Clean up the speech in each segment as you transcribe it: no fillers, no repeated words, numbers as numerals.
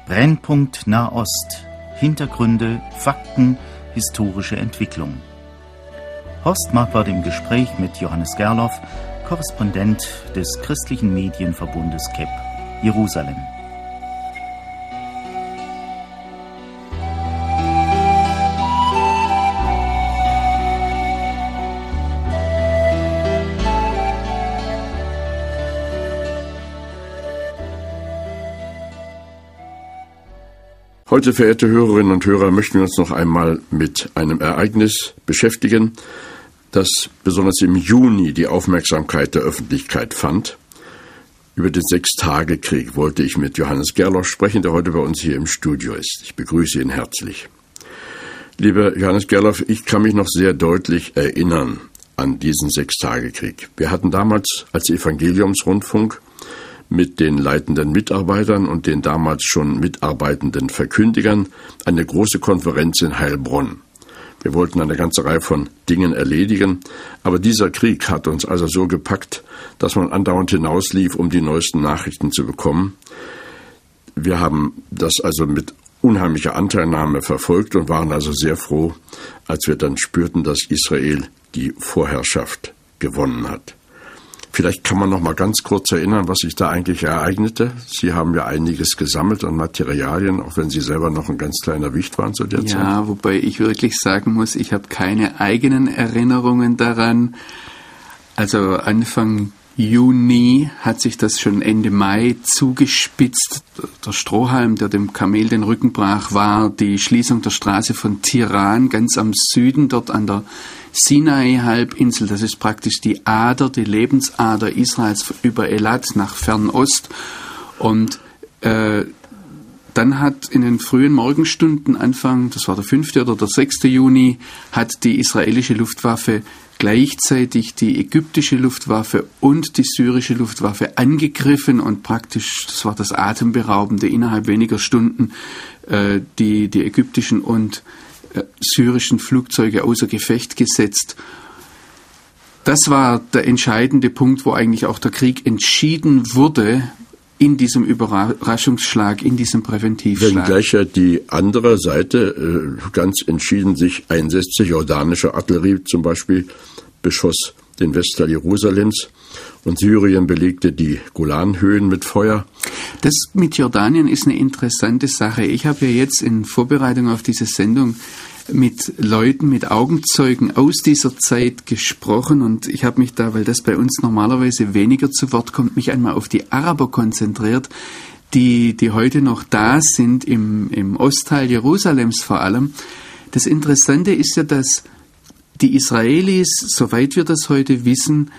Brennpunkt Nahost. Hintergründe, Fakten, historische Entwicklung. Horst Marquardt im Gespräch mit Johannes Gerloff, Korrespondent des Christlichen Medienverbundes KEP, Jerusalem. Heute, verehrte Hörerinnen und Hörer, möchten wir uns noch einmal mit einem Ereignis beschäftigen, das besonders im Juni die Aufmerksamkeit der Öffentlichkeit fand. Über den Sechstagekrieg wollte ich mit Johannes Gerloff sprechen, der heute bei uns hier im Studio ist. Ich begrüße ihn herzlich. Lieber Johannes Gerloff, ich kann mich noch sehr deutlich erinnern an diesen Sechstagekrieg. Wir hatten damals als Evangeliumsrundfunk mit den leitenden Mitarbeitern und den damals schon mitarbeitenden Verkündigern eine große Konferenz in Heilbronn. Wir wollten eine ganze Reihe von Dingen erledigen, aber dieser Krieg hat uns also so gepackt, dass man andauernd hinauslief, um die neuesten Nachrichten zu bekommen. Wir haben das also mit unheimlicher Anteilnahme verfolgt und waren also sehr froh, als wir dann spürten, dass Israel die Vorherrschaft gewonnen hat. Vielleicht kann man noch mal ganz kurz erinnern, was sich da eigentlich ereignete. Sie haben ja einiges gesammelt an Materialien, auch wenn Sie selber noch ein ganz kleiner Wicht waren zu der Zeit. Ja, wobei ich wirklich sagen muss, ich habe keine eigenen Erinnerungen daran. Also Anfang Juni hat sich das schon Ende Mai zugespitzt. Der Strohhalm, der dem Kamel den Rücken brach, war die Schließung der Straße von Tiran, ganz am Süden, dort an der Sinai-Halbinsel. Das ist praktisch die Ader, die Lebensader Israels über Elat nach Fernost. Und dann hat in den frühen Morgenstunden, Anfang, das war der 5. oder der 6. Juni, hat die israelische Luftwaffe gleichzeitig die ägyptische Luftwaffe und die syrische Luftwaffe angegriffen und praktisch, das war das Atemberaubende, innerhalb weniger Stunden die ägyptischen und syrischen Flugzeuge außer Gefecht gesetzt. Das war der entscheidende Punkt, wo eigentlich auch der Krieg entschieden wurde in diesem Überraschungsschlag, in diesem Präventivschlag. Wenngleich ja die andere Seite ganz entschieden sich einsetzte. Jordanische Artillerie zum Beispiel beschoss den Westteil Jerusalems und Syrien belegte die Golanhöhen mit Feuer. Das mit Jordanien ist eine interessante Sache. Ich habe ja jetzt in Vorbereitung auf diese Sendung mit Leuten, mit Augenzeugen aus dieser Zeit gesprochen und ich habe mich da, weil das bei uns normalerweise weniger zu Wort kommt, mich einmal auf die Araber konzentriert, die heute noch da sind, im Ostteil Jerusalems vor allem. Das Interessante ist ja, dass die Israelis, soweit wir das heute wissen,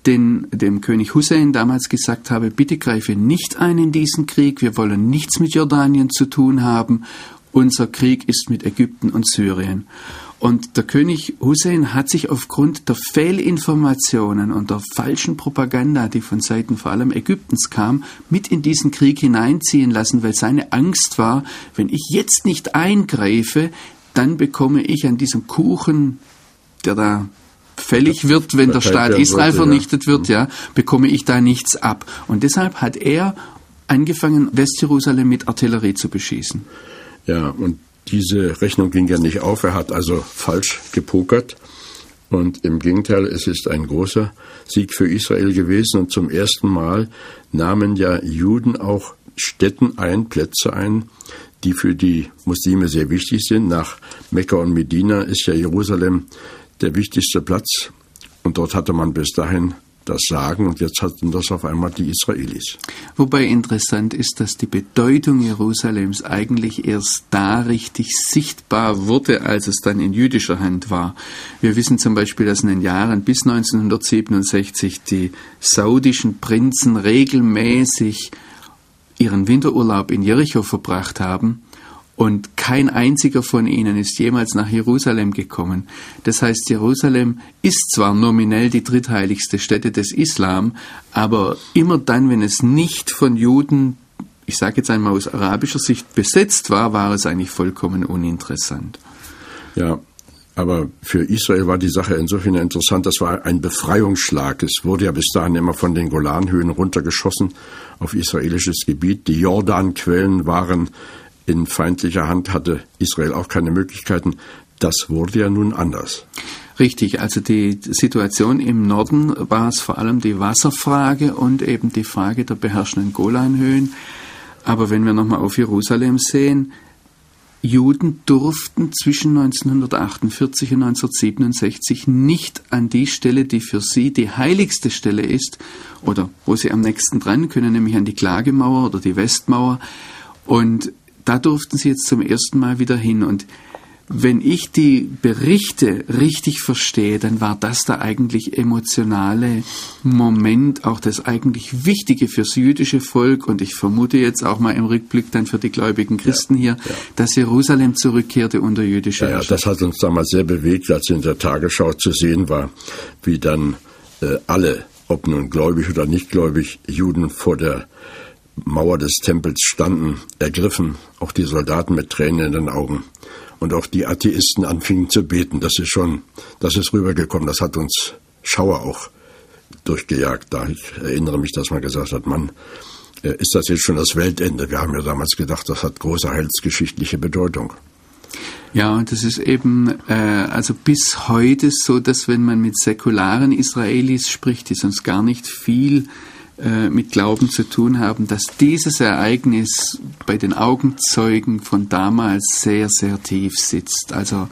dem König Hussein damals gesagt habe, bitte greife nicht ein in diesen Krieg, wir wollen nichts mit Jordanien zu tun haben, unser Krieg ist mit Ägypten und Syrien. Und der König Hussein hat sich aufgrund der Fehlinformationen und der falschen Propaganda, die von Seiten vor allem Ägyptens kam, mit in diesen Krieg hineinziehen lassen, weil seine Angst war, wenn ich jetzt nicht eingreife, dann bekomme ich an diesem Kuchen, der da fällig wird, wenn der Staat Israel vernichtet wird, bekomme ich da nichts ab. Und deshalb hat er angefangen, Westjerusalem mit Artillerie zu beschießen. Ja, und diese Rechnung ging ja nicht auf. Er hat also falsch gepokert. Und im Gegenteil, es ist ein großer Sieg für Israel gewesen. Und zum ersten Mal nahmen ja Juden auch Städten ein, Plätze ein, die für die Muslime sehr wichtig sind. Nach Mekka und Medina ist ja Jerusalem der wichtigste Platz. Und dort hatte man bis dahin das Sagen und jetzt hatten das auf einmal die Israelis. Wobei interessant ist, dass die Bedeutung Jerusalems eigentlich erst da richtig sichtbar wurde, als es dann in jüdischer Hand war. Wir wissen zum Beispiel, dass in den Jahren bis 1967 die saudischen Prinzen regelmäßig ihren Winterurlaub in Jericho verbracht haben. Und kein einziger von ihnen ist jemals nach Jerusalem gekommen. Das heißt, Jerusalem ist zwar nominell die drittheiligste Stätte des Islam, aber immer dann, wenn es nicht von Juden, ich sage jetzt einmal aus arabischer Sicht, besetzt war, war es eigentlich vollkommen uninteressant. Ja, aber für Israel war die Sache insofern interessant, das war ein Befreiungsschlag. Es wurde ja bis dahin immer von den Golanhöhen runtergeschossen auf israelisches Gebiet. Die Jordanquellen waren in feindlicher Hand hatte Israel auch keine Möglichkeiten. Das wurde ja nun anders. Richtig, also die Situation im Norden war es vor allem die Wasserfrage und eben die Frage der beherrschenden Golanhöhen. Aber wenn wir nochmal auf Jerusalem sehen, Juden durften zwischen 1948 und 1967 nicht an die Stelle, die für sie die heiligste Stelle ist, oder wo sie am nächsten dran können, nämlich an die Klagemauer oder die Westmauer. Und da durften sie jetzt zum ersten Mal wieder hin. Und wenn ich die Berichte richtig verstehe, dann war das der eigentlich emotionale Moment, auch das eigentlich Wichtige fürs jüdische Volk und ich vermute jetzt auch mal im Rückblick dann für die gläubigen Christen hier, dass Jerusalem zurückkehrte unter jüdische Herrschaft. Ja, das hat uns damals sehr bewegt, als in der Tagesschau zu sehen war, wie dann alle, ob nun gläubig oder nicht gläubig, Juden vor der Mauer des Tempels standen, ergriffen, auch die Soldaten mit Tränen in den Augen. Und auch die Atheisten anfingen zu beten. Das ist rübergekommen. Das hat uns Schauer auch durchgejagt. Ich erinnere mich, dass man gesagt hat, Mann, ist das jetzt schon das Weltende? Wir haben ja damals gedacht, das hat große heilsgeschichtliche Bedeutung. Ja, und das ist eben also bis heute so, dass wenn man mit säkularen Israelis spricht, die sonst gar nicht viel mit Glauben zu tun haben, dass dieses Ereignis bei den Augenzeugen von damals sehr, sehr tief sitzt. Also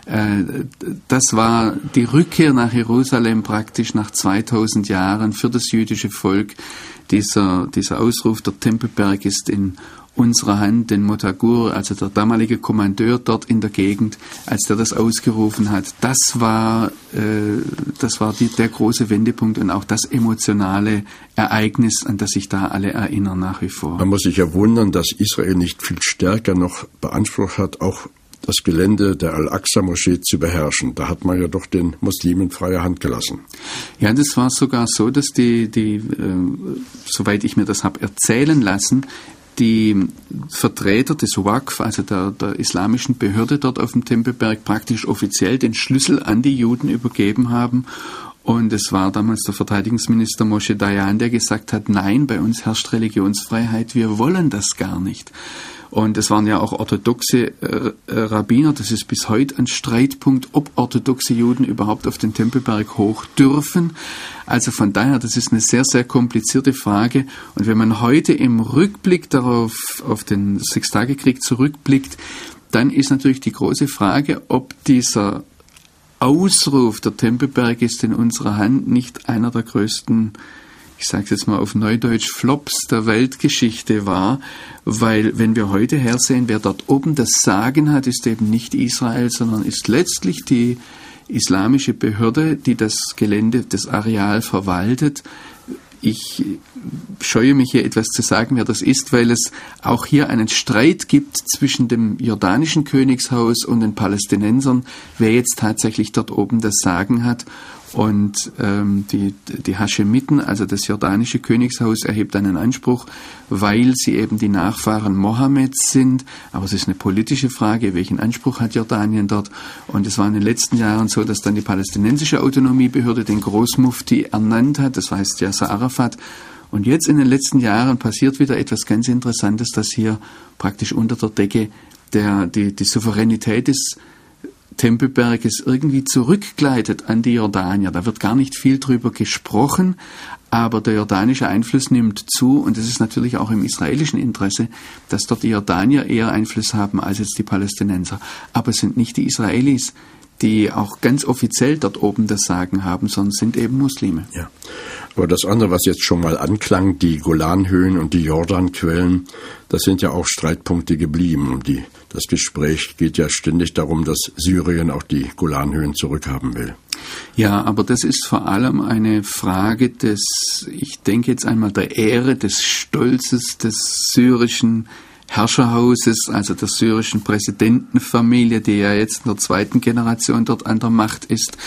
das war die Rückkehr nach Jerusalem praktisch nach 2000 Jahren für das jüdische Volk. Dieser Ausruf, der Tempelberg ist in unserer Hand, den Motagur, also der damalige Kommandeur dort in der Gegend, als der das ausgerufen hat, das war der große Wendepunkt und auch das emotionale Ereignis, an das sich da alle erinnern nach wie vor. Man muss sich ja wundern, dass Israel nicht viel stärker noch beansprucht hat, auch das Gelände der Al-Aqsa-Moschee zu beherrschen. Da hat man ja doch den Muslimen freie Hand gelassen. Ja, das war sogar so, dass soweit ich mir das habe erzählen lassen, die Vertreter des Waqf, also der islamischen Behörde dort auf dem Tempelberg, praktisch offiziell den Schlüssel an die Juden übergeben haben. Und es war damals der Verteidigungsminister Moshe Dayan, der gesagt hat, nein, bei uns herrscht Religionsfreiheit, wir wollen das gar nicht. Und es waren ja auch orthodoxe Rabbiner, das ist bis heute ein Streitpunkt, ob orthodoxe Juden überhaupt auf den Tempelberg hoch dürfen. Also von daher, das ist eine sehr, sehr komplizierte Frage. Und wenn man heute im Rückblick darauf, auf den Sechstagekrieg zurückblickt, dann ist natürlich die große Frage, ob dieser Ausruf, der Tempelberg ist in unserer Hand, nicht einer der größten, ich sage es jetzt mal auf Neudeutsch, Flops der Weltgeschichte war, weil wenn wir heute hersehen, wer dort oben das Sagen hat, ist eben nicht Israel, sondern ist letztlich die islamische Behörde, die das Gelände, das Areal verwaltet. Ich scheue mich hier etwas zu sagen, wer das ist, weil es auch hier einen Streit gibt zwischen dem jordanischen Königshaus und den Palästinensern, wer jetzt tatsächlich dort oben das Sagen hat. Und die Haschemiten, also das jordanische Königshaus, erhebt einen Anspruch, weil sie eben die Nachfahren Mohammeds sind. Aber es ist eine politische Frage, welchen Anspruch hat Jordanien dort? Und es war in den letzten Jahren so, dass dann die palästinensische Autonomiebehörde den Großmufti ernannt hat, das heißt Yasser Arafat. Und jetzt in den letzten Jahren passiert wieder etwas ganz Interessantes, dass hier praktisch unter der Decke die Souveränität des Tempelberges irgendwie zurückgleitet an die Jordanier. Da wird gar nicht viel drüber gesprochen, aber der jordanische Einfluss nimmt zu und es ist natürlich auch im israelischen Interesse, dass dort die Jordanier eher Einfluss haben als jetzt die Palästinenser. Aber es sind nicht die Israelis, die auch ganz offiziell dort oben das Sagen haben, sondern sind eben Muslime. Ja. Aber das andere, was jetzt schon mal anklang, die Golanhöhen und die Jordanquellen, das sind ja auch Streitpunkte geblieben. Das Gespräch geht ja ständig darum, dass Syrien auch die Golanhöhen zurückhaben will. Ja, aber das ist vor allem eine Frage ich denke jetzt einmal der Ehre, des Stolzes des syrischen Herrscherhauses, also der syrischen Präsidentenfamilie, die ja jetzt in der zweiten Generation dort an der Macht ist.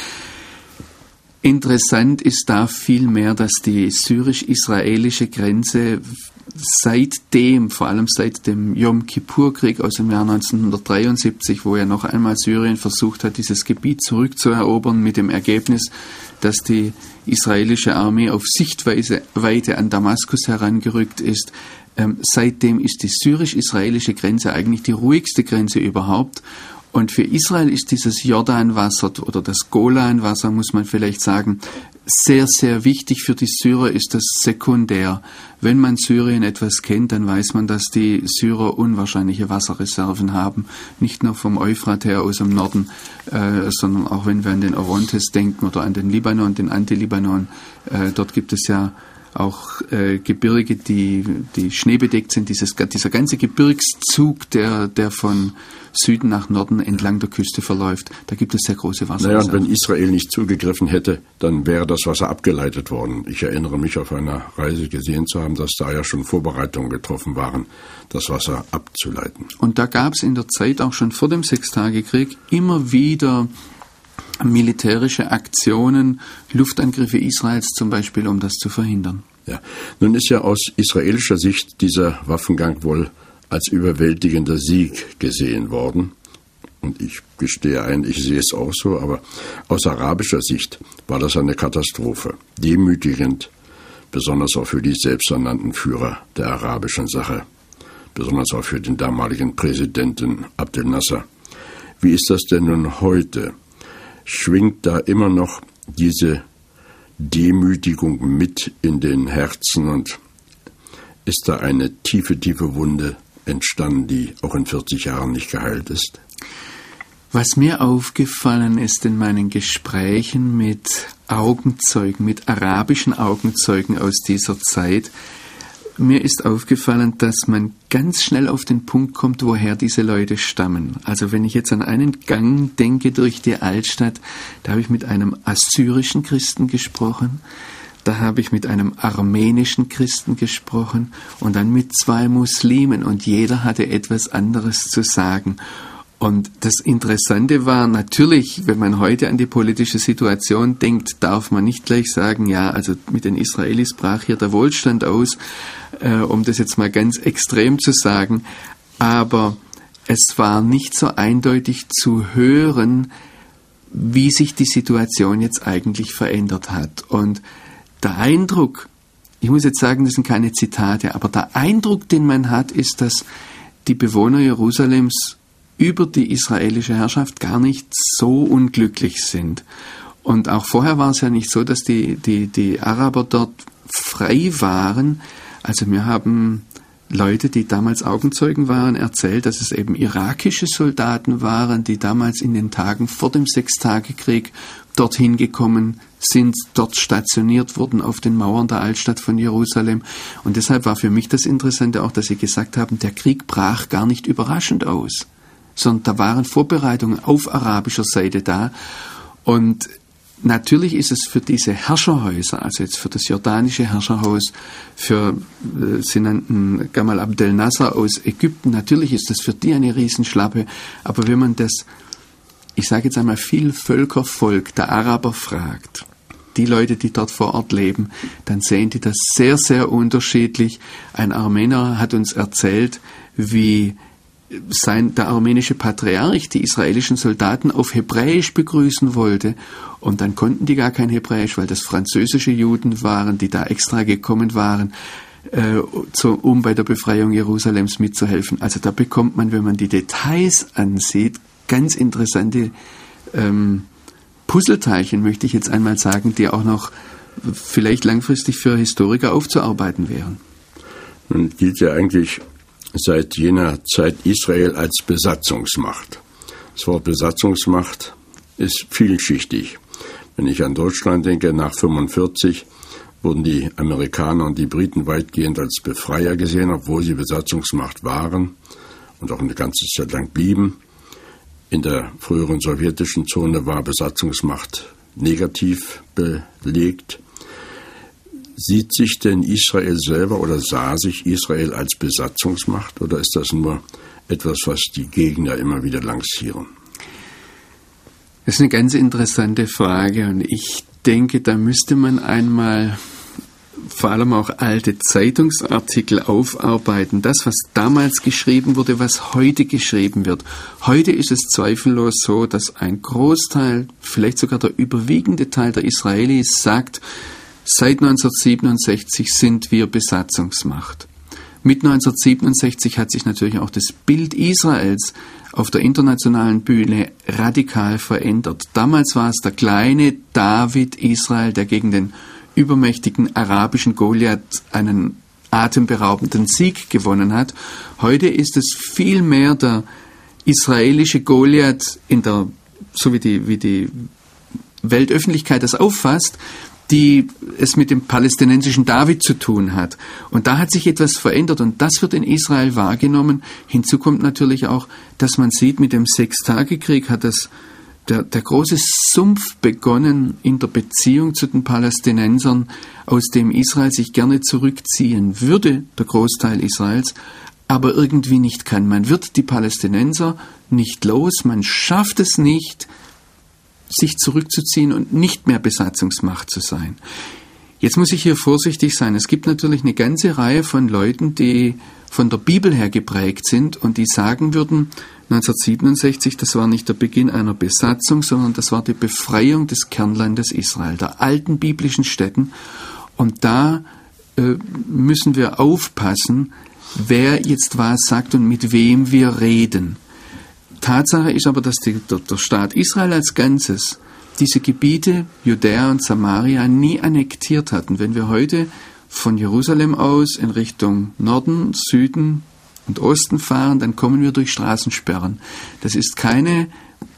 Interessant ist da vielmehr, dass die syrisch-israelische Grenze seitdem, vor allem seit dem Yom Kippur-Krieg aus dem Jahr 1973, wo ja noch einmal Syrien versucht hat, dieses Gebiet zurückzuerobern, mit dem Ergebnis, dass die israelische Armee auf Sichtweite an Damaskus herangerückt ist. Seitdem ist die syrisch-israelische Grenze eigentlich die ruhigste Grenze überhaupt. Und für Israel ist dieses Jordanwasser oder das Golanwasser, muss man vielleicht sagen, sehr, sehr wichtig. Für die Syrer ist das sekundär. Wenn man Syrien etwas kennt, dann weiß man, dass die Syrer unwahrscheinliche Wasserreserven haben. Nicht nur vom Euphrat her aus dem Norden, sondern auch wenn wir an den Orontes denken oder an den Libanon, den Antilibanon. Dort gibt es ja auch Gebirge, die schneebedeckt sind. Dieser ganze Gebirgszug, der von Süden nach Norden entlang der Küste verläuft, da gibt es sehr große Wasserreserven. Naja, und wenn Israel nicht zugegriffen hätte, dann wäre das Wasser abgeleitet worden. Ich erinnere mich, auf einer Reise gesehen zu haben, dass da ja schon Vorbereitungen getroffen waren, das Wasser abzuleiten. Und da gab es in der Zeit, auch schon vor dem Sechstagekrieg, immer wieder militärische Aktionen, Luftangriffe Israels zum Beispiel, um das zu verhindern. Ja, nun ist ja aus israelischer Sicht dieser Waffengang wohl als überwältigender Sieg gesehen worden. Und ich gestehe ein, ich sehe es auch so, aber aus arabischer Sicht war das eine Katastrophe. Demütigend, besonders auch für die selbsternannten Führer der arabischen Sache, besonders auch für den damaligen Präsidenten Abdel Nasser. Wie ist das denn nun heute? Schwingt da immer noch diese Demütigung mit in den Herzen und ist da eine tiefe, tiefe Wunde entstanden, die auch in 40 Jahren nicht geheilt ist? Was mir aufgefallen ist in meinen Gesprächen mit Augenzeugen, mit arabischen Augenzeugen aus dieser Zeit, mir ist aufgefallen, dass man ganz schnell auf den Punkt kommt, woher diese Leute stammen. Also wenn ich jetzt an einen Gang denke durch die Altstadt, da habe ich mit einem assyrischen Christen gesprochen, da habe ich mit einem armenischen Christen gesprochen und dann mit 2 Muslimen und jeder hatte etwas anderes zu sagen. Und das Interessante war natürlich, wenn man heute an die politische Situation denkt, darf man nicht gleich sagen, ja, also mit den Israelis brach hier der Wohlstand aus, um das jetzt mal ganz extrem zu sagen. Aber es war nicht so eindeutig zu hören, wie sich die Situation jetzt eigentlich verändert hat. Und der Eindruck, ich muss jetzt sagen, das sind keine Zitate, aber der Eindruck, den man hat, ist, dass die Bewohner Jerusalems über die israelische Herrschaft gar nicht so unglücklich sind. Und auch vorher war es ja nicht so, dass die Araber dort frei waren. Also mir haben Leute, die damals Augenzeugen waren, erzählt, dass es eben irakische Soldaten waren, die damals in den Tagen vor dem Sechstagekrieg dorthin gekommen sind, dort stationiert wurden auf den Mauern der Altstadt von Jerusalem. Und deshalb war für mich das Interessante auch, dass sie gesagt haben, der Krieg brach gar nicht überraschend aus, sondern da waren Vorbereitungen auf arabischer Seite da. Und natürlich ist es für diese Herrscherhäuser, also jetzt für das jordanische Herrscherhaus, sie nannten Gamal Abdel Nasser aus Ägypten, natürlich ist das für die eine Riesenschlappe. Aber wenn man das, ich sage jetzt einmal, Vielvölkervolk der Araber fragt, die Leute, die dort vor Ort leben, dann sehen die das sehr, sehr unterschiedlich. Ein Armenier hat uns erzählt, wie der armenische Patriarch die israelischen Soldaten auf Hebräisch begrüßen wollte und dann konnten die gar kein Hebräisch, weil das französische Juden waren, die da extra gekommen waren, um bei der Befreiung Jerusalems mitzuhelfen. Also da bekommt man, wenn man die Details ansieht, ganz interessante Puzzleteilchen, möchte ich jetzt einmal sagen, die auch noch vielleicht langfristig für Historiker aufzuarbeiten wären. Nun gilt ja eigentlich seit jener Zeit Israel als Besatzungsmacht. Das Wort Besatzungsmacht ist vielschichtig. Wenn ich an Deutschland denke, nach 1945 wurden die Amerikaner und die Briten weitgehend als Befreier gesehen, obwohl sie Besatzungsmacht waren und auch eine ganze Zeit lang blieben. In der früheren sowjetischen Zone war Besatzungsmacht negativ belegt. Sieht sich denn Israel selber oder sah sich Israel als Besatzungsmacht oder ist das nur etwas, was die Gegner immer wieder lancieren? Das ist eine ganz interessante Frage und ich denke, da müsste man einmal vor allem auch alte Zeitungsartikel aufarbeiten. Das, was damals geschrieben wurde, was heute geschrieben wird. Heute ist es zweifellos so, dass ein Großteil, vielleicht sogar der überwiegende Teil der Israelis sagt, seit 1967 sind wir Besatzungsmacht. Mit 1967 hat sich natürlich auch das Bild Israels auf der internationalen Bühne radikal verändert. Damals war es der kleine David Israel, der gegen den übermächtigen arabischen Goliath einen atemberaubenden Sieg gewonnen hat. Heute ist es vielmehr der israelische Goliath, so wie die Weltöffentlichkeit das auffasst, die es mit dem palästinensischen David zu tun hat. Und da hat sich etwas verändert und das wird in Israel wahrgenommen. Hinzu kommt natürlich auch, dass man sieht, mit dem Sechstagekrieg hat der große Sumpf begonnen in der Beziehung zu den Palästinensern, aus dem Israel sich gerne zurückziehen würde, der Großteil Israels, aber irgendwie nicht kann. Man wird die Palästinenser nicht los, man schafft es nicht, sich zurückzuziehen und nicht mehr Besatzungsmacht zu sein. Jetzt muss ich hier vorsichtig sein. Es gibt natürlich eine ganze Reihe von Leuten, die von der Bibel her geprägt sind und die sagen würden, 1967, das war nicht der Beginn einer Besatzung, sondern das war die Befreiung des Kernlandes Israel, der alten biblischen Städten. Und da müssen wir aufpassen, wer jetzt was sagt und mit wem wir reden. Tatsache ist aber, dass der Staat Israel als Ganzes diese Gebiete, Judäa und Samaria, nie annektiert hatten. Wenn wir heute von Jerusalem aus in Richtung Norden, Süden und Osten fahren, dann kommen wir durch Straßensperren. Das ist kein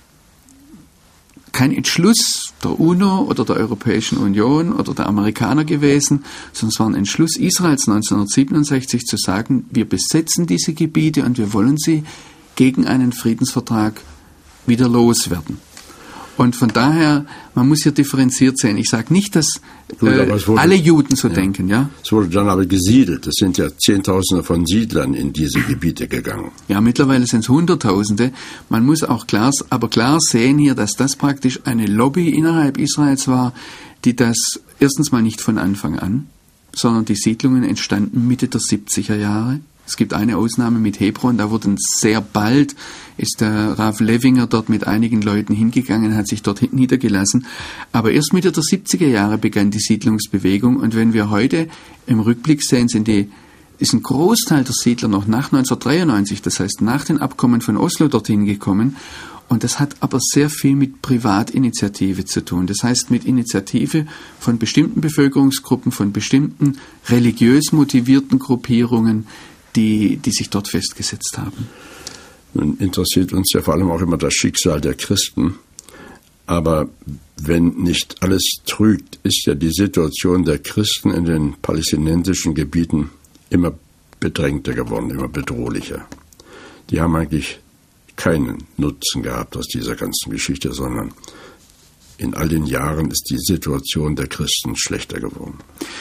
Entschluss der UNO oder der Europäischen Union oder der Amerikaner gewesen, sondern es war ein Entschluss Israels 1967 zu sagen, wir besetzen diese Gebiete und wir wollen sie gegen einen Friedensvertrag wieder loswerden. Und von daher, man muss hier differenziert sehen. Ich sage nicht, dass alle Juden so denken. Ja? Es wurde dann aber gesiedelt. Es sind ja Zehntausende von Siedlern in diese Gebiete gegangen. Ja, mittlerweile sind es Hunderttausende. Man muss auch klar sehen hier, dass das praktisch eine Lobby innerhalb Israels war, die das erstens mal nicht von Anfang an, sondern die Siedlungen entstanden Mitte der 70er Jahre. Es gibt eine Ausnahme mit Hebron, da wurden sehr bald, ist der Rav Levinger dort mit einigen Leuten hingegangen, hat sich dort niedergelassen. Aber erst Mitte der 70er Jahre begann die Siedlungsbewegung. Und wenn wir heute im Rückblick sehen, ist ein Großteil der Siedler noch nach 1993, das heißt nach den Abkommen von Oslo dorthin gekommen. Und das hat aber sehr viel mit Privatinitiative zu tun. Das heißt mit Initiative von bestimmten Bevölkerungsgruppen, von bestimmten religiös motivierten Gruppierungen, die sich dort festgesetzt haben. Nun interessiert uns ja vor allem auch immer das Schicksal der Christen. Aber wenn nicht alles trügt, ist ja die Situation der Christen in den palästinensischen Gebieten immer bedrängter geworden, immer bedrohlicher. Die haben eigentlich keinen Nutzen gehabt aus dieser ganzen Geschichte, sondern in all den Jahren ist die Situation der Christen schlechter geworden.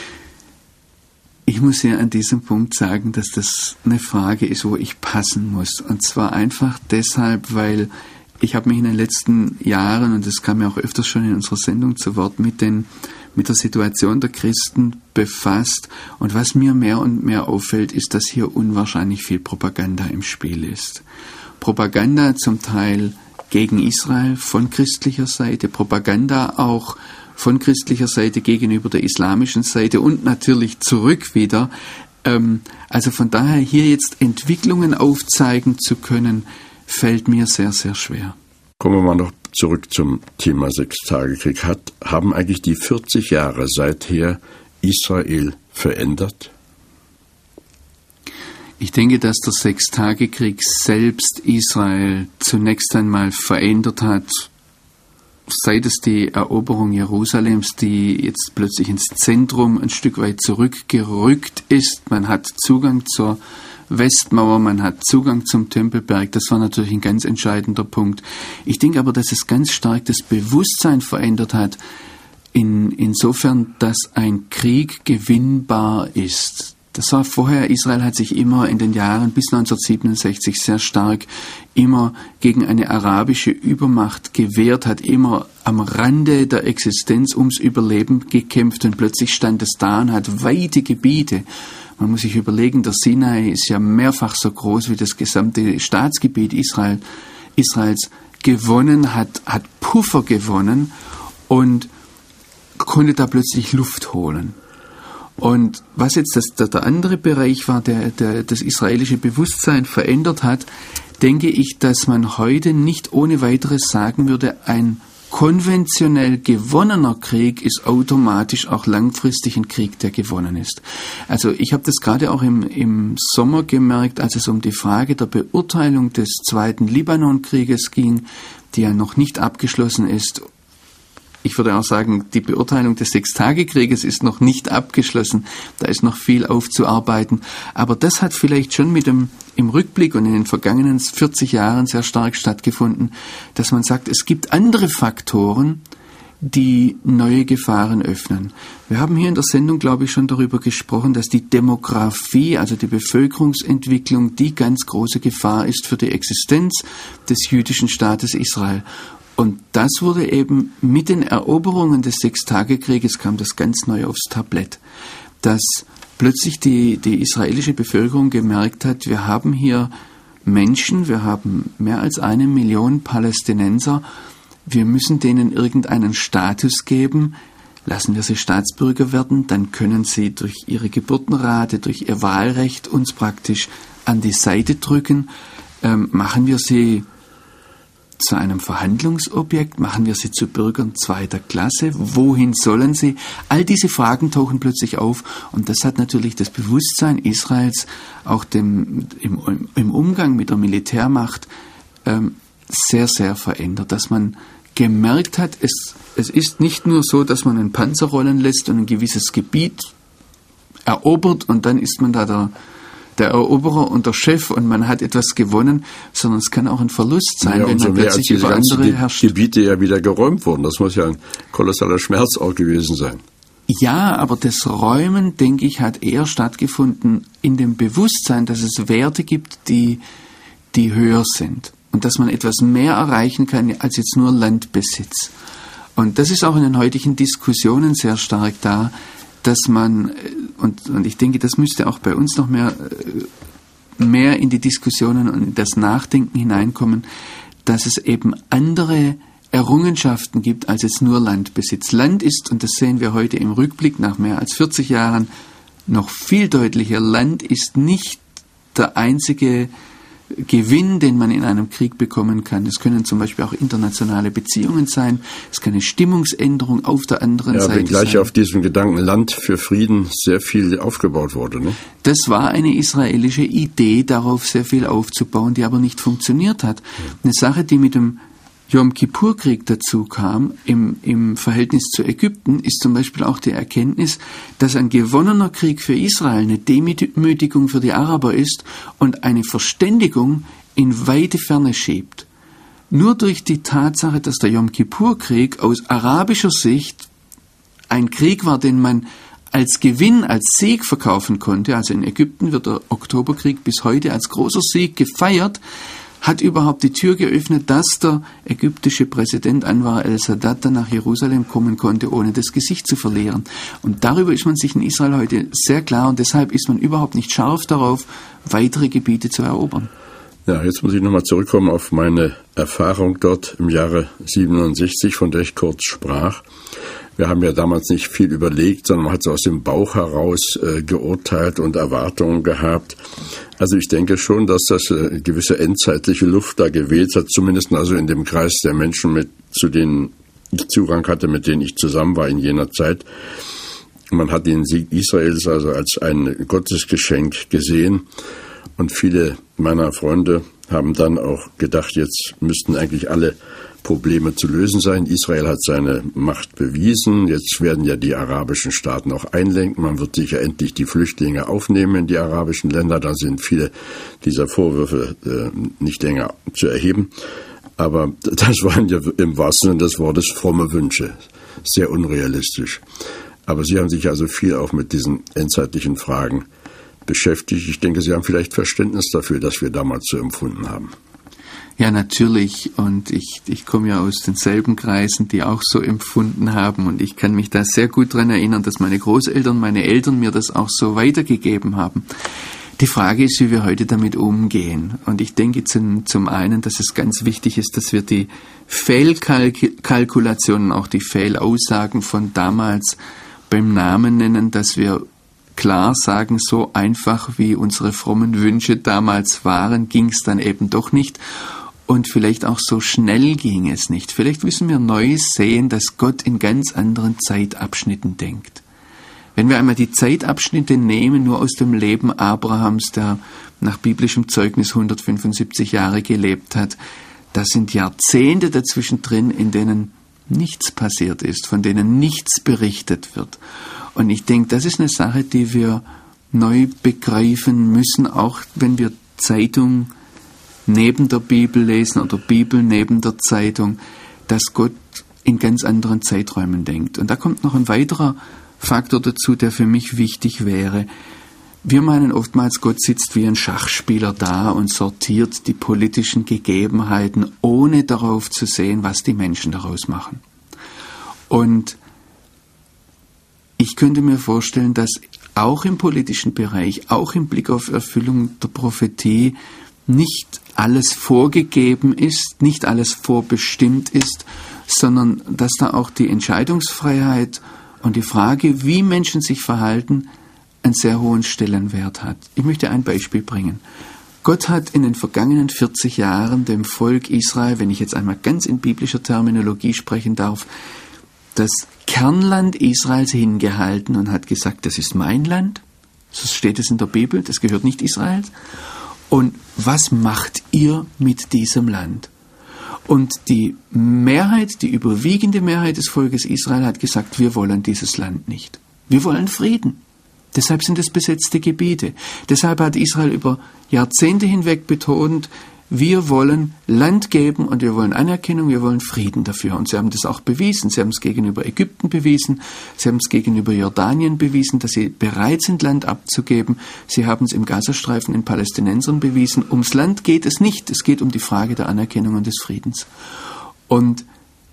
Ich muss ja an diesem Punkt sagen, dass das eine Frage ist, wo ich passen muss. Und zwar einfach deshalb, weil ich habe mich in den letzten Jahren, und das kam ja auch öfters schon in unserer Sendung zu Wort, mit der Situation der Christen befasst. Und was mir mehr und mehr auffällt, ist, dass hier unwahrscheinlich viel Propaganda im Spiel ist. Propaganda zum Teil gegen Israel von christlicher Seite, Propaganda auch von christlicher Seite gegenüber der islamischen Seite und natürlich zurück wieder. Also von daher hier jetzt Entwicklungen aufzeigen zu können, fällt mir sehr, sehr schwer. Kommen wir mal noch zurück zum Thema Sechstagekrieg. Haben eigentlich die 40 Jahre seither Israel verändert? Ich denke, dass der Sechstagekrieg selbst Israel zunächst einmal verändert hat, seit es die Eroberung Jerusalems, die jetzt plötzlich ins Zentrum ein Stück weit zurückgerückt ist. Man hat Zugang zur Westmauer, man hat Zugang zum Tempelberg. Das war natürlich ein ganz entscheidender Punkt. Ich denke aber, dass es ganz stark das Bewusstsein verändert hat, insofern, dass ein Krieg gewinnbar ist. Das war vorher, Israel hat sich immer in den Jahren bis 1967 sehr stark immer gegen eine arabische Übermacht gewehrt, hat immer am Rande der Existenz ums Überleben gekämpft und plötzlich stand es da und hat weite Gebiete. Man muss sich überlegen, der Sinai ist ja mehrfach so groß wie das gesamte Staatsgebiet Israels gewonnen, hat Puffer gewonnen und konnte da plötzlich Luft holen. Und was jetzt der andere Bereich war, der das israelische Bewusstsein verändert hat, denke ich, dass man heute nicht ohne weiteres sagen würde, ein konventionell gewonnener Krieg ist automatisch auch langfristig ein Krieg, der gewonnen ist. Also ich habe das gerade auch im Sommer gemerkt, als es um die Frage der Beurteilung des Zweiten Libanonkrieges ging, die ja noch nicht abgeschlossen ist. Ich würde auch sagen, die Beurteilung des Sechstagekrieges ist noch nicht abgeschlossen. Da ist noch viel aufzuarbeiten. Aber das hat vielleicht schon im Rückblick und in den vergangenen 40 Jahren sehr stark stattgefunden, dass man sagt, es gibt andere Faktoren, die neue Gefahren öffnen. Wir haben hier in der Sendung, glaube ich, schon darüber gesprochen, dass die Demografie, also die Bevölkerungsentwicklung, die ganz große Gefahr ist für die Existenz des jüdischen Staates Israel. Und das wurde eben mit den Eroberungen des Sechstagekrieges kam das ganz neu aufs Tablett, dass plötzlich die israelische Bevölkerung gemerkt hat, wir haben hier Menschen, wir haben mehr als 1 Million Palästinenser, wir müssen denen irgendeinen Status geben, lassen wir sie Staatsbürger werden, dann können sie durch ihre Geburtenrate, durch ihr Wahlrecht uns praktisch an die Seite drücken, machen wir sie zu einem Verhandlungsobjekt, machen wir sie zu Bürgern zweiter Klasse, wohin sollen sie? All diese Fragen tauchen plötzlich auf und das hat natürlich das Bewusstsein Israels auch im Umgang mit der Militärmacht sehr, sehr verändert, dass man gemerkt hat, es ist nicht nur so, dass man einen Panzer rollen lässt und ein gewisses Gebiet erobert und dann ist man da der Eroberer und der Chef und man hat etwas gewonnen, sondern es kann auch ein Verlust sein, wenn man plötzlich über andere herrscht. Gebiete ja wieder geräumt wurden. Das muss ja ein kolossaler Schmerz auch gewesen sein. Ja, aber das Räumen, denke ich, hat eher stattgefunden in dem Bewusstsein, dass es Werte gibt, die höher sind und dass man etwas mehr erreichen kann als jetzt nur Landbesitz. Und das ist auch in den heutigen Diskussionen sehr stark da, dass man, und ich denke, das müsste auch bei uns noch mehr in die Diskussionen und in das Nachdenken hineinkommen, dass es eben andere Errungenschaften gibt als jetzt nur Landbesitz. Land ist, und das sehen wir heute im Rückblick nach mehr als 40 Jahren, noch viel deutlicher. Land ist nicht der einzige Gewinn, den man in einem Krieg bekommen kann. Es können zum Beispiel auch internationale Beziehungen sein. Es kann eine Stimmungsänderung auf der anderen Seite sein. Ja, wenngleich auf diesem Gedanken Land für Frieden sehr viel aufgebaut wurde, ne? Das war eine israelische Idee, darauf sehr viel aufzubauen, die aber nicht funktioniert hat. Eine Sache, die mit dem Jom-Kippur-Krieg dazu kam, im Verhältnis zu Ägypten, ist zum Beispiel auch die Erkenntnis, dass ein gewonnener Krieg für Israel eine Demütigung für die Araber ist und eine Verständigung in weite Ferne schiebt. Nur durch die Tatsache, dass der Jom-Kippur-Krieg aus arabischer Sicht ein Krieg war, den man als Gewinn, als Sieg verkaufen konnte, also in Ägypten wird der Oktoberkrieg bis heute als großer Sieg gefeiert, hat überhaupt die Tür geöffnet, dass der ägyptische Präsident Anwar el-Sadat dann nach Jerusalem kommen konnte, ohne das Gesicht zu verlieren. Und darüber ist man sich in Israel heute sehr klar und deshalb ist man überhaupt nicht scharf darauf, weitere Gebiete zu erobern. Ja, jetzt muss ich nochmal zurückkommen auf meine Erfahrung dort im Jahre 67, von der ich kurz sprach. Wir haben ja damals nicht viel überlegt, sondern man hat so aus dem Bauch heraus geurteilt und Erwartungen gehabt. Also ich denke schon, dass das eine gewisse endzeitliche Luft da geweht hat, zumindest also in dem Kreis der Menschen, zu denen ich Zugang hatte, mit denen ich zusammen war in jener Zeit. Man hat den Sieg Israels also als ein Gottesgeschenk gesehen und viele meiner Freunde haben dann auch gedacht, jetzt müssten eigentlich alle Probleme zu lösen sein. Israel hat seine Macht bewiesen. Jetzt werden ja die arabischen Staaten auch einlenken. Man wird sicher endlich die Flüchtlinge aufnehmen in die arabischen Länder. Da sind viele dieser Vorwürfe nicht länger zu erheben. Aber das waren ja im wahrsten Sinne des Wortes fromme Wünsche. Sehr unrealistisch. Aber Sie haben sich also viel auch mit diesen endzeitlichen Fragen beschäftigt. Ich denke, Sie haben vielleicht Verständnis dafür, dass wir damals so empfunden haben. Ja, natürlich. Und ich komme ja aus denselben Kreisen, die auch so empfunden haben. Und ich kann mich da sehr gut daran erinnern, dass meine Großeltern, meine Eltern mir das auch so weitergegeben haben. Die Frage ist, wie wir heute damit umgehen. Und ich denke zum einen, dass es ganz wichtig ist, dass wir die Fehlkalkulationen, auch die Fehlaussagen von damals beim Namen nennen, dass wir klar sagen, so einfach wie unsere frommen Wünsche damals waren, ging es dann eben doch nicht. Und vielleicht auch so schnell ging es nicht. Vielleicht müssen wir neu sehen, dass Gott in ganz anderen Zeitabschnitten denkt. Wenn wir einmal die Zeitabschnitte nehmen, nur aus dem Leben Abrahams, der nach biblischem Zeugnis 175 Jahre gelebt hat, da sind Jahrzehnte dazwischen drin, in denen nichts passiert ist, von denen nichts berichtet wird. Und ich denke, das ist eine Sache, die wir neu begreifen müssen, auch wenn wir Zeitung neben der Bibel lesen oder Bibel neben der Zeitung, dass Gott in ganz anderen Zeiträumen denkt. Und da kommt noch ein weiterer Faktor dazu, der für mich wichtig wäre. Wir meinen oftmals, Gott sitzt wie ein Schachspieler da und sortiert die politischen Gegebenheiten, ohne darauf zu sehen, was die Menschen daraus machen. Und ich könnte mir vorstellen, dass auch im politischen Bereich, auch im Blick auf Erfüllung der Prophetie, nicht alles vorgegeben ist, nicht alles vorbestimmt ist, sondern dass da auch die Entscheidungsfreiheit und die Frage, wie Menschen sich verhalten, einen sehr hohen Stellenwert hat. Ich möchte ein Beispiel bringen. Gott hat in den vergangenen 40 Jahren dem Volk Israel, wenn ich jetzt einmal ganz in biblischer Terminologie sprechen darf, das Kernland Israels hingehalten und hat gesagt, das ist mein Land, so steht es in der Bibel, das gehört nicht Israels. Und was macht ihr mit diesem Land? Und die Mehrheit, die überwiegende Mehrheit des Volkes Israel hat gesagt, wir wollen dieses Land nicht. Wir wollen Frieden. Deshalb sind es besetzte Gebiete. Deshalb hat Israel über Jahrzehnte hinweg betont, wir wollen Land geben und wir wollen Anerkennung, wir wollen Frieden dafür. Und sie haben das auch bewiesen. Sie haben es gegenüber Ägypten bewiesen, sie haben es gegenüber Jordanien bewiesen, dass sie bereit sind, Land abzugeben. Sie haben es im Gazastreifen den Palästinensern bewiesen. Ums Land geht es nicht. Es geht um die Frage der Anerkennung und des Friedens. Und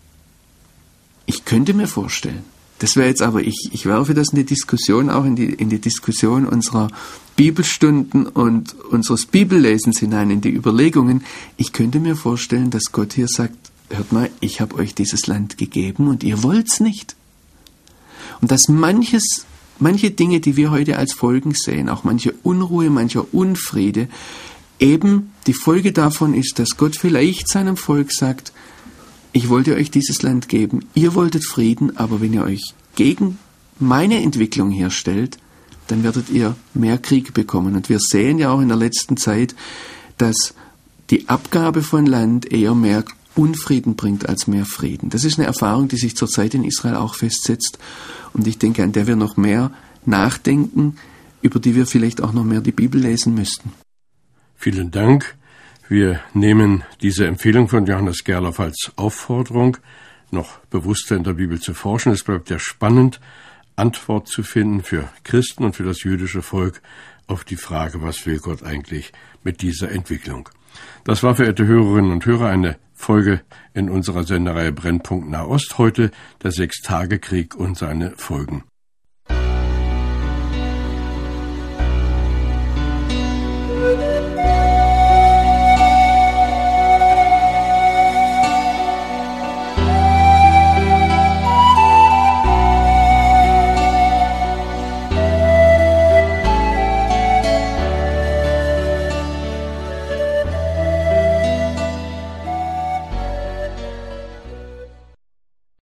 ich könnte mir vorstellen, das wäre jetzt aber, ich werfe das in die Diskussion, auch in die Diskussion unserer Bibelstunden und unseres Bibellesens hinein, in die Überlegungen. Ich könnte mir vorstellen, dass Gott hier sagt, hört mal, ich habe euch dieses Land gegeben und ihr wollt's nicht. Und dass manche Dinge, die wir heute als Folgen sehen, auch manche Unruhe, mancher Unfriede, eben die Folge davon ist, dass Gott vielleicht seinem Volk sagt, ich wollte euch dieses Land geben, ihr wolltet Frieden, aber wenn ihr euch gegen meine Entwicklung hier stellt, dann werdet ihr mehr Krieg bekommen. Und wir sehen ja auch in der letzten Zeit, dass die Abgabe von Land eher mehr Unfrieden bringt als mehr Frieden. Das ist eine Erfahrung, die sich zurzeit in Israel auch festsetzt und ich denke, an der wir noch mehr nachdenken, über die wir vielleicht auch noch mehr die Bibel lesen müssten. Vielen Dank. Wir nehmen diese Empfehlung von Johannes Gerloff als Aufforderung, noch bewusster in der Bibel zu forschen. Es bleibt ja spannend, Antwort zu finden für Christen und für das jüdische Volk auf die Frage, was will Gott eigentlich mit dieser Entwicklung. Das war, verehrte Hörerinnen und Hörer, eine Folge in unserer Sendereihe Brennpunkt Nahost. Heute der Sechstagekrieg und seine Folgen.